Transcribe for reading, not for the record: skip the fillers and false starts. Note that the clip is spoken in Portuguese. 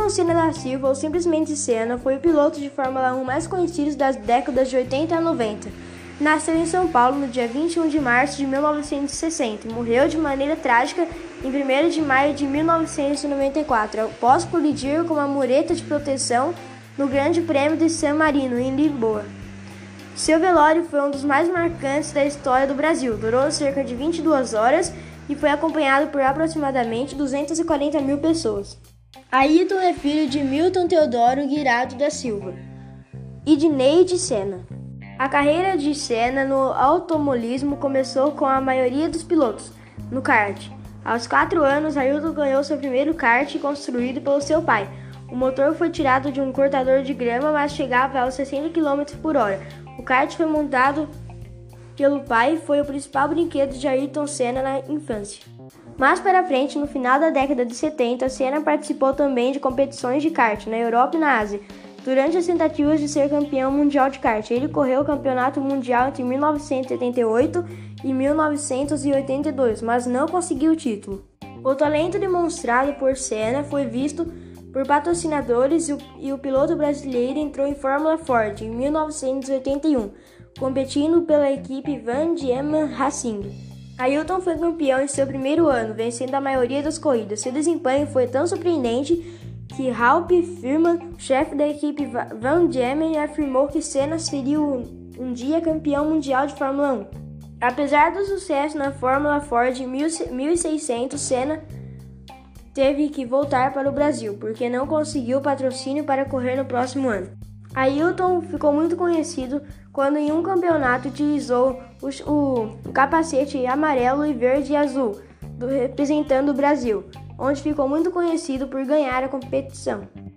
Ayrton Senna da Silva, ou simplesmente Senna, foi o piloto de Fórmula 1 mais conhecido das décadas de 80 a 90. Nasceu em São Paulo no dia 21 de março de 1960 e morreu de maneira trágica em 1º de maio de 1994, após colidir com uma mureta de proteção no Grande Prêmio de San Marino, em Lisboa. Seu velório foi um dos mais marcantes da história do Brasil, durou cerca de 22 horas e foi acompanhado por aproximadamente 240 mil pessoas. Ayrton é filho de Milton Teodoro Guirado da Silva e de Neide Senna. A carreira de Senna no automobilismo começou com a maioria dos pilotos, no kart. Aos 4 anos, Ayrton ganhou seu primeiro kart construído pelo seu pai. O motor foi tirado de um cortador de grama, mas chegava aos 60 km por hora. O kart foi montado pelo pai e foi o principal brinquedo de Ayrton Senna na infância. Mais para frente, no final da década de 70, Senna participou também de competições de kart na Europa e na Ásia. Durante as tentativas de ser campeão mundial de kart, ele correu o campeonato mundial entre 1978 e 1982, mas não conseguiu o título. O talento demonstrado por Senna foi visto por patrocinadores e o piloto brasileiro entrou em Fórmula Ford em 1981, competindo pela equipe Van Diemen Racing. Ayrton foi campeão em seu primeiro ano, vencendo a maioria das corridas. Seu desempenho foi tão surpreendente que Ralph Firman, chefe da equipe Van Diemen, afirmou que Senna seria um dia campeão mundial de Fórmula 1. Apesar do sucesso na Fórmula Ford em 1600, Senna teve que voltar para o Brasil, porque não conseguiu patrocínio para correr no próximo ano. Ayrton ficou muito conhecido quando em um campeonato utilizou o capacete amarelo e verde e azul, representando o Brasil, onde ficou muito conhecido por ganhar a competição.